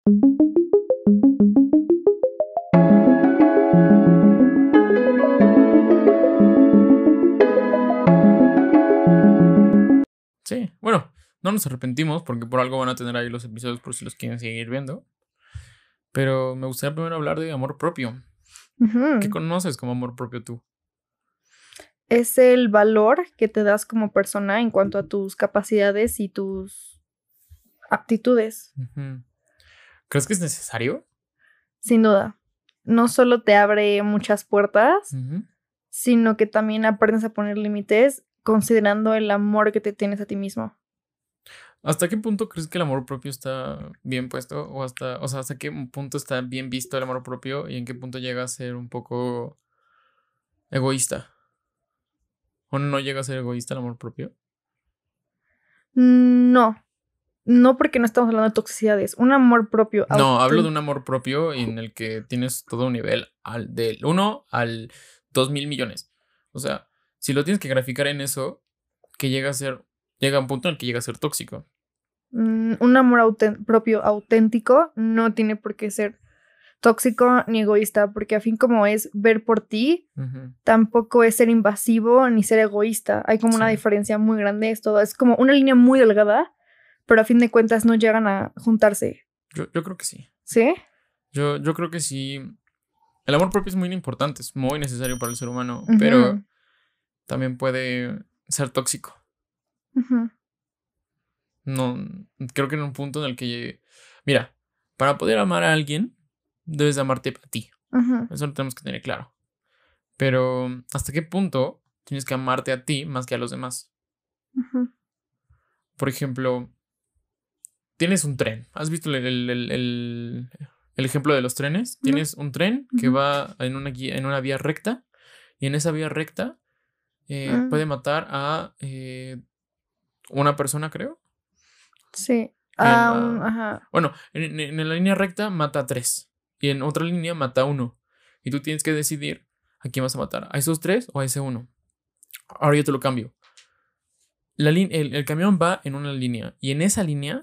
Sí, bueno, no nos arrepentimos porque por algo van a tener ahí los episodios por si los quieren seguir viendo. Pero me gustaría primero hablar de amor propio. ¿Qué conoces como amor propio tú? Es el valor que te das como persona en cuanto a tus capacidades y tus aptitudes. ¿Crees que es necesario? Sin duda. No solo te abre muchas puertas, sino que también aprendes a poner límites considerando el amor que te tienes a ti mismo. ¿Hasta qué punto crees que el amor propio está bien puesto? ¿Hasta qué punto está bien visto el amor propio y en qué punto llega a ser un poco egoísta? ¿O no llega a ser egoísta el amor propio? No porque no estamos hablando de toxicidades. Un amor propio. No, hablo de un amor propio en el que tienes todo un nivel del 1 al 2,000,000,000. O sea, si lo tienes que graficar en eso, que llega a un punto en el que llega a ser tóxico. Un amor propio auténtico no tiene por qué ser tóxico ni egoísta, porque a fin como es ver por ti, tampoco es ser invasivo ni ser egoísta. Hay como una diferencia muy grande. Es como una línea muy delgada, pero a fin de cuentas no llegan a juntarse. Yo creo que sí. ¿Sí? Yo creo que sí. El amor propio es muy importante, es muy necesario para el ser humano, pero también puede ser tóxico. No, creo que en un punto en el que... Mira, para poder amar a alguien, debes de amarte a ti. Eso lo tenemos que tener claro. Pero, ¿hasta qué punto tienes que amarte a ti más que a los demás? Por ejemplo, tienes un tren. ¿Has visto el ejemplo de los trenes? Tienes un tren que va en una vía recta, y en esa vía recta puede matar a una persona, creo. Sí. Bueno, en la línea recta mata a 3 y en otra línea mata a 1. Y tú tienes que decidir a quién vas a matar, a esos 3 o a ese 1. Ahora yo te lo cambio. El camión va en una línea y en esa línea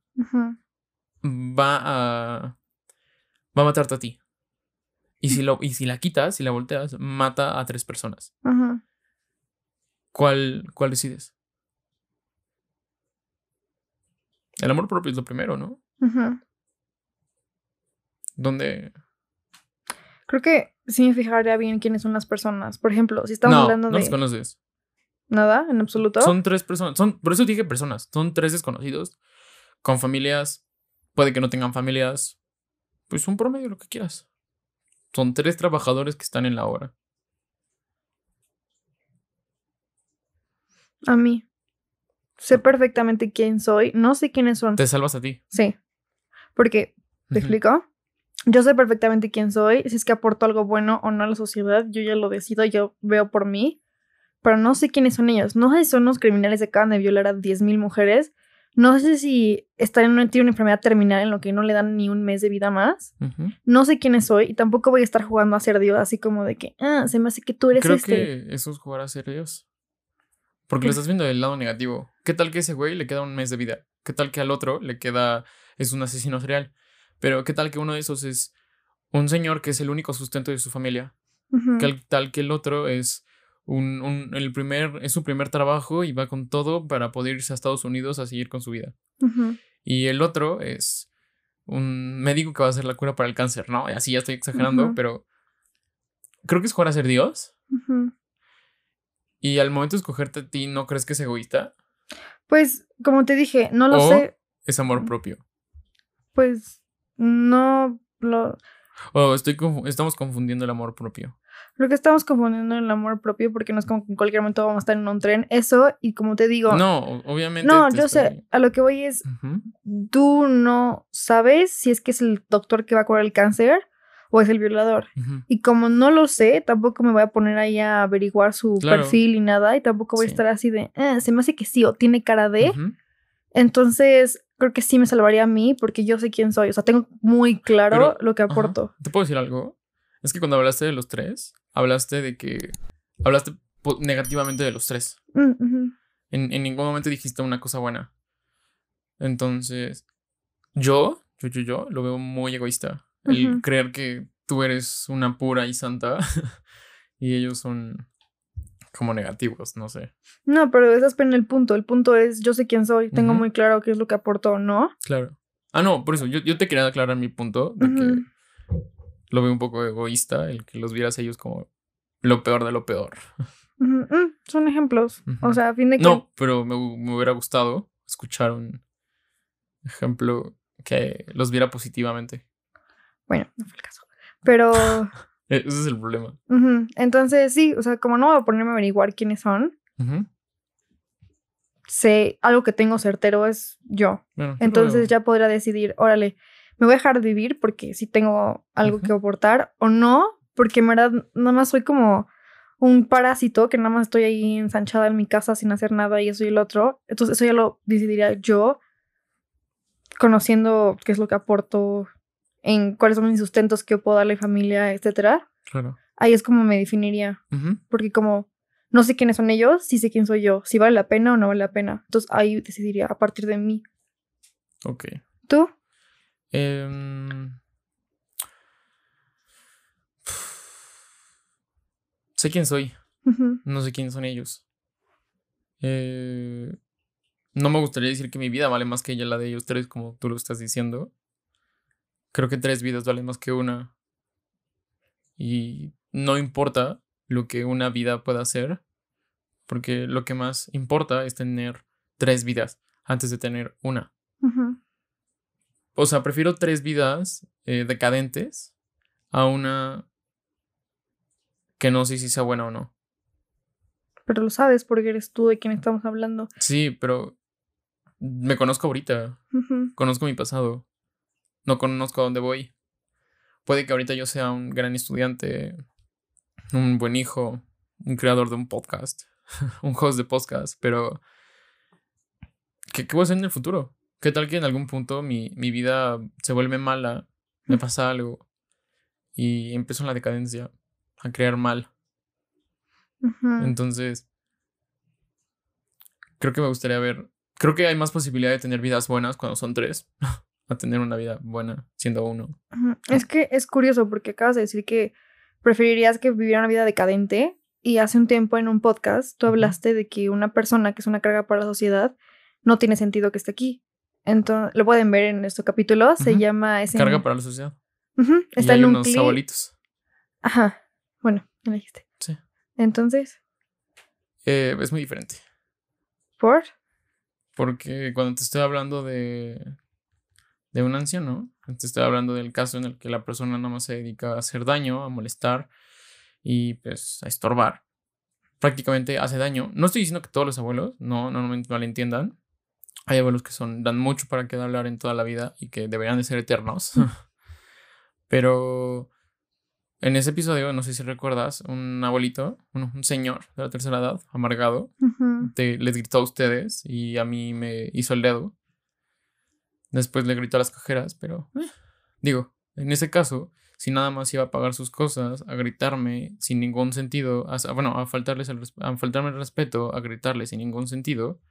va a matarte a ti. Y si la quitas, si la volteas, mata a 3 personas. ¿Cuál decides? El amor propio es lo primero, ¿no? ¿Dónde? Creo que sí me fijaría bien quiénes son las personas. Por ejemplo, si estamos hablando de... No los conoces. ¿Nada? ¿En absoluto? Son 3 personas. Por eso dije personas. Son 3 desconocidos. Con familias. Puede que no tengan familias. Pues un promedio, lo que quieras. Son 3 trabajadores que están en la obra. A mí. Sé perfectamente quién soy. No sé quiénes son. Te salvas a ti. Sí. Porque, ¿te explico? Yo sé perfectamente quién soy. Si es que aporto algo bueno o no a la sociedad, yo ya lo decido. Yo veo por mí. Pero no sé quiénes son ellos. No sé si son los criminales que acaban de violar a 10,000 mujeres. No sé si tiene una enfermedad terminal en lo que no le dan ni un mes de vida más. No sé quiénes soy y tampoco voy a estar jugando a ser Dios así como de que, se me hace que tú eres Creo que eso es jugar a ser Dios. Porque lo estás viendo del lado negativo. ¿Qué tal que ese güey le queda un mes de vida? ¿Qué tal que al otro es un asesino serial? Pero ¿qué tal que uno de esos es un señor que es el único sustento de su familia? ¿Qué tal que el otro es es su primer trabajo y va con todo para poder irse a Estados Unidos a seguir con su vida? Y el otro es un médico que va a hacer la cura para el cáncer, ¿no? Y así ya estoy exagerando, pero creo que es jugar a ser Dios. Y al momento de escogerte a ti, ¿no crees que es egoísta? Pues, como te dije, no lo sé. ¿Es amor propio? Pues, no lo... Estamos confundiendo el amor propio. Creo que estamos confundiendo el amor propio porque no es como que en cualquier momento vamos a estar en un tren. Eso, y como te digo... No, obviamente... No, yo sé, a lo que voy es... Tú no sabes si es que es el doctor que va a curar el cáncer o es el violador. Y como no lo sé, tampoco me voy a poner ahí a averiguar su perfil y nada. Y tampoco voy a estar así de, se me hace que sí o tiene cara de. Entonces, creo que sí me salvaría a mí porque yo sé quién soy. O sea, tengo muy claro lo que aporto. ¿Te puedo decir algo? Es que cuando hablaste de los 3, hablaste negativamente de los 3. En ningún momento dijiste una cosa buena. Entonces, yo yo, lo veo muy egoísta. El Ujú. creer que tú eres una pura y santa y ellos son como negativos, no sé. No, pero ese es apenas el punto. El punto es, yo sé quién soy, tengo Ujú, muy claro qué es lo que aporto o no. claro. Ah, no, por eso, yo te quería aclarar mi punto de que Ujú, lo veo un poco egoísta, el que los vieras a ellos como lo peor de lo peor. ujú, son ejemplos. O Ujú. sea, a fin de cuentas. No, pero me hubiera gustado escuchar un ejemplo que los viera positivamente. Bueno, no fue el caso. Pero, Ese es el problema. entonces sí, o sea, como no voy a ponerme a averiguar quiénes son, Ujú. sé, algo que tengo certero es yo. Bueno, yo lo Entonces veo. ya podrá decidir, órale, me voy a dejar de vivir porque sí tengo algo Ujú. que aportar o no, porque en verdad nada más soy como un parásito que nada más estoy ahí ensanchada en mi casa sin hacer nada y eso y el otro. Entonces eso ya lo decidiría yo, conociendo qué es lo que aporto, en cuáles son mis sustentos que yo puedo darle a mi familia, etcétera. Claro. Ahí es como me definiría, Ujú. porque como no sé quiénes son ellos, sí sé quién soy yo, si vale la pena o no vale la pena. Entonces ahí decidiría a partir de mí. Ok. ¿Tú? Em, sé quién soy. Ujú, No sé quiénes son ellos. Eh, no me gustaría decir que mi vida vale más que ella la de ellos tres, como tú lo estás diciendo. Creo que tres vidas valen más que una. Y no importa lo que una vida pueda hacer, porque lo que más importa es tener tres vidas antes de tener una. ujú. O sea, prefiero tres vidas decadentes a una que no sé si sea buena o no. Pero lo sabes porque eres tú de quien estamos hablando. Sí, pero me conozco ahorita, Ujú, conozco mi pasado, no conozco a dónde voy. Puede que ahorita yo sea un gran estudiante, un buen hijo, un creador de un podcast, un host de podcast, pero ¿qué voy a hacer en el futuro? ¿Qué tal que en algún punto mi vida se vuelve mala, me pasa algo y empiezo en la decadencia, a crear mal? ujú, Entonces, creo que me gustaría ver, creo que hay más posibilidad de tener vidas buenas cuando son tres, a tener una vida buena siendo uno. ujú. Es que es curioso porque acabas de decir que preferirías que viviera una vida decadente y hace un tiempo en un podcast tú Ujú, hablaste de que una persona que es una carga para la sociedad no tiene sentido que esté aquí. Entonces, lo pueden ver en este capítulo, se ujú. llama Carga para la sociedad. Y está hay en un unos clip. abuelitos. Ajá, bueno, ya lo dijiste. Sí. Entonces, Es muy diferente. ¿por? Porque cuando te estoy hablando de un anciano, te estoy hablando del caso en el que la persona nada más se dedica a hacer daño, a molestar y pues a estorbar. Prácticamente hace daño. No estoy diciendo que todos los abuelos, no me malentiendan. Hay abuelos que dan mucho para quedar hablar en toda la vida y que deberían de ser eternos. Pero en ese episodio, no sé si recuerdas, un abuelito, un señor de la tercera edad, amargado, Ujú. les gritó a ustedes y a mí me hizo el dedo. Después le gritó a las cajeras, pero digo, en ese caso, si nada más iba a pagar sus cosas, a gritarme sin ningún sentido, bueno, a faltarme el respeto, a gritarle sin ningún sentido,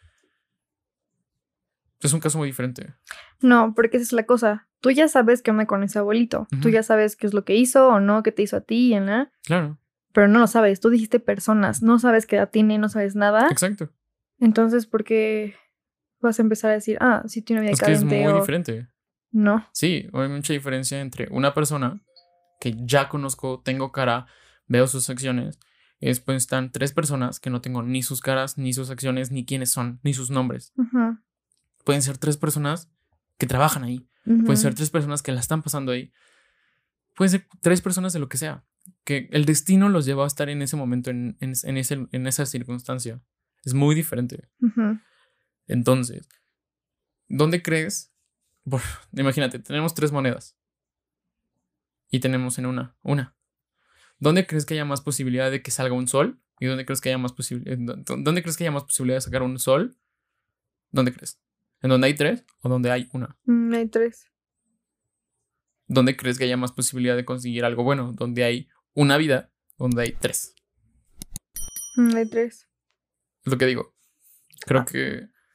es un caso muy diferente. No, porque esa es la cosa. Tú ya sabes qué onda con ese abuelito. Tú Ujú, ya sabes qué es lo que hizo o no, qué te hizo a ti, ¿no? claro, Pero no lo sabes. Tú dijiste personas. No sabes qué edad tiene, no sabes nada. exacto. Entonces, ¿por qué vas a empezar a decir, ah, sí tiene una vida Es que es decadente muy o diferente. no? Sí, hay mucha diferencia entre una persona que ya conozco, tengo cara, veo sus acciones, y después están tres personas que no tengo ni sus caras, ni sus acciones, ni quiénes son, ni sus nombres. Ujú, Pueden ser tres personas que trabajan ahí, pueden ser ujú, tres personas que la están pasando ahí, pueden ser tres personas de lo que sea, que el destino los llevó a estar en ese momento, en esa circunstancia. Es muy diferente. ujú. Entonces, ¿dónde crees? Por- imagínate, tenemos tres monedas y tenemos en una. ¿Dónde crees que haya más posibilidad de que salga un sol? ¿Y dónde crees que haya más posibilidad? ¿Dónde crees que haya más posibilidad de sacar un sol? ¿Dónde crees? ¿En donde hay tres o donde hay una? Hay tres. ¿Dónde crees que haya más posibilidad de conseguir algo bueno? ¿Donde hay una vida o donde hay tres? Hay tres. Es lo que digo. Creo Ah, que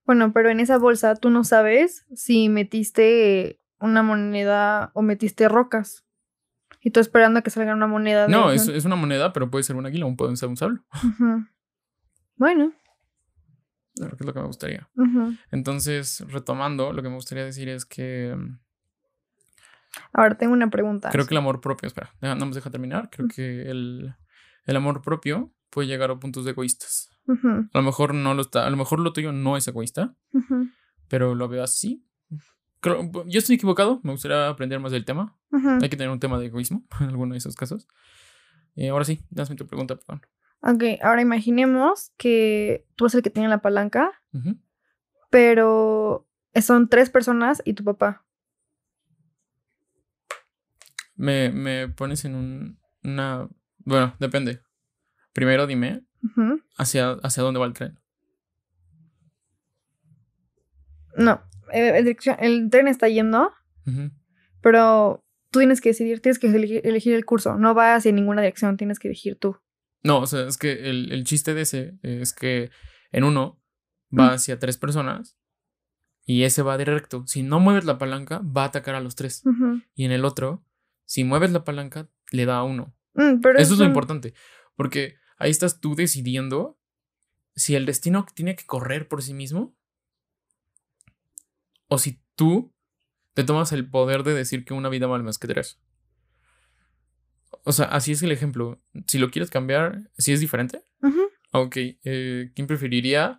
Bueno, pero en esa bolsa tú no sabes si metiste una moneda o metiste rocas. Y tú esperando a que salga una moneda. No, es una moneda, pero puede ser un águila o puede ser un sable. Bueno. Claro, que es lo que me gustaría. Ujú. Entonces, retomando, lo que me gustaría decir es que Ahora tengo una pregunta. creo que el amor propio, espera, no me deja terminar. Creo que el amor propio puede llegar a puntos egoístas. Ujú. A lo mejor no lo está, a lo mejor lo tuyo no es egoísta, Ujú. pero lo veo así. Yo estoy equivocado, me gustaría aprender más del tema. Ujú. Hay que tener un tema de egoísmo en alguno de esos casos. Ahora sí, hazme tu pregunta, perdón. Ok, ahora imaginemos que tú eres el que tiene la palanca, Ujú. pero son 3 personas y tu papá. Me pones en una... Bueno, depende. Primero dime Ujú. hacia dónde va el tren. No, el tren está yendo, Ujú. pero tú tienes que decidir, tienes que elegir el curso. No va hacia ninguna dirección, tienes que elegir tú. No, o sea, es que el chiste de ese es que en uno va hacia 3 personas y ese va directo. Si no mueves la palanca, va a atacar a los 3. Ujú. Y en el otro, si mueves la palanca, le da a uno. Pero Eso es lo importante. Porque ahí estás tú decidiendo si el destino tiene que correr por sí mismo o si tú te tomas el poder de decir que una vida vale más que 3. O sea, así es el ejemplo. Si lo quieres cambiar, ¿sí es diferente? Ujú. Ok. ¿Quién preferiría?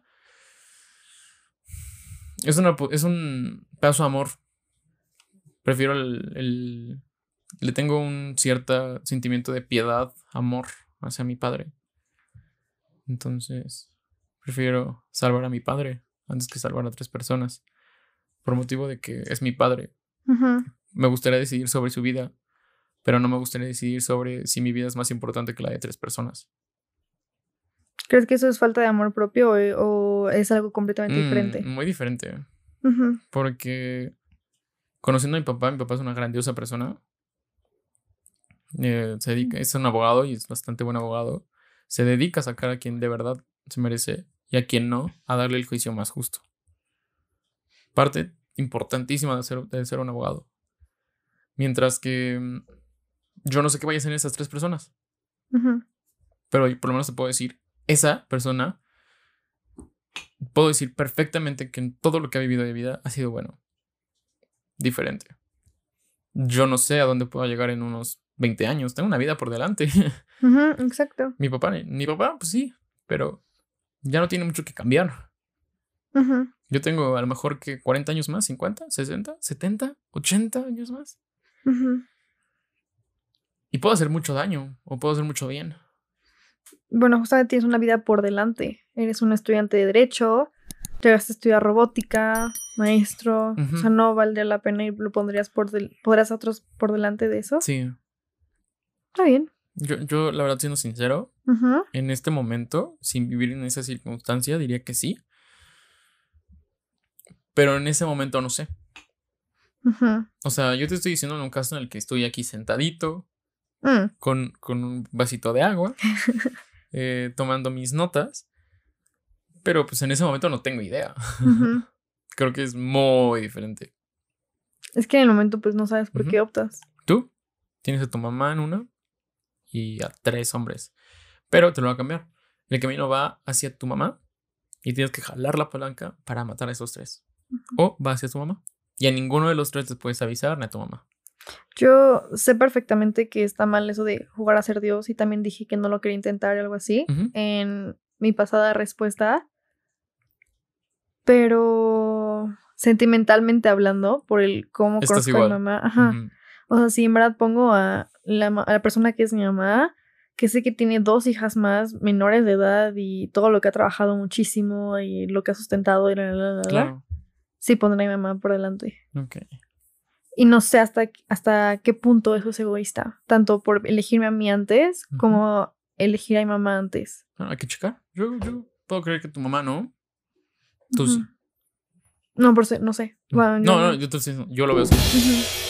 Es un pedazo de amor. Prefiero le tengo un cierto sentimiento de piedad, amor hacia mi padre. Entonces, prefiero salvar a mi padre antes que salvar a 3 personas. Por motivo de que es mi padre. Ujú. Me gustaría decidir sobre su vida, pero no me gustaría decidir sobre si mi vida es más importante que la de 3 personas. ¿Crees que eso es falta de amor propio o es algo completamente diferente? Muy diferente. Ujú. Porque conociendo a mi papá es una grandiosa persona. Se dedica, es un abogado y es bastante buen abogado. Se dedica a sacar a quien de verdad se merece y a quien no, a darle el juicio más justo. Parte importantísima de ser un abogado. Mientras que yo no sé qué vaya a hacer esas 3 personas. Ujú. Pero por lo menos te puedo decir, esa persona, puedo decir perfectamente que en todo lo que ha vivido de vida ha sido bueno. Diferente. Yo no sé a dónde puedo llegar en unos 20 años. Tengo una vida por delante. Ujú, exacto. Mi papá, pues sí, pero ya no tiene mucho que cambiar. Ujú. Yo tengo a lo mejor que 40 años más, 50, 60, 70, 80 años más. Ujú. Y puedo hacer mucho daño o puedo hacer mucho bien. Bueno, justamente tienes una vida por delante. Eres un estudiante de derecho, llegaste a estudiar robótica, maestro. O sea, no valdría la pena y lo podrías a otros por delante de eso. Sí. Está bien. Yo la verdad, siendo sincero, Ujú. en este momento, sin vivir en esa circunstancia, diría que sí. Pero en ese momento no sé. Ujú. O sea, yo te estoy diciendo en un caso en el que estoy aquí sentadito, con un vasito de agua, tomando mis notas. Pero pues en ese momento no tengo idea. Ujú. Creo que es muy diferente. Es que en el momento pues no sabes por qué optas. Tú tienes a tu mamá en una y a 3 hombres. Pero te lo va a cambiar. El camino va hacia tu mamá y tienes que jalar la palanca para matar a esos 3. O va hacia tu mamá. Y a ninguno de los 3 te puedes avisar ni a tu mamá. Yo sé perfectamente que está mal eso de jugar a ser Dios y también dije que no lo quería intentar o algo así en mi pasada respuesta. Pero sentimentalmente hablando, por el cómo Estás conozco a mi igual. mamá, ajá. O sea, si en verdad pongo a la persona que es mi mamá, que sé que tiene 2 hijas más menores de edad y todo lo que ha trabajado muchísimo y lo que ha sustentado y Claro. sí pondré a mi mamá por delante. Ok. Y no sé hasta qué punto eso es egoísta, tanto por elegirme a mí antes como elegir a mi mamá antes. Hay que checar. Yo puedo creer que tu mamá no. Tú sí. No, no sé. Bueno, No, yo lo veo así.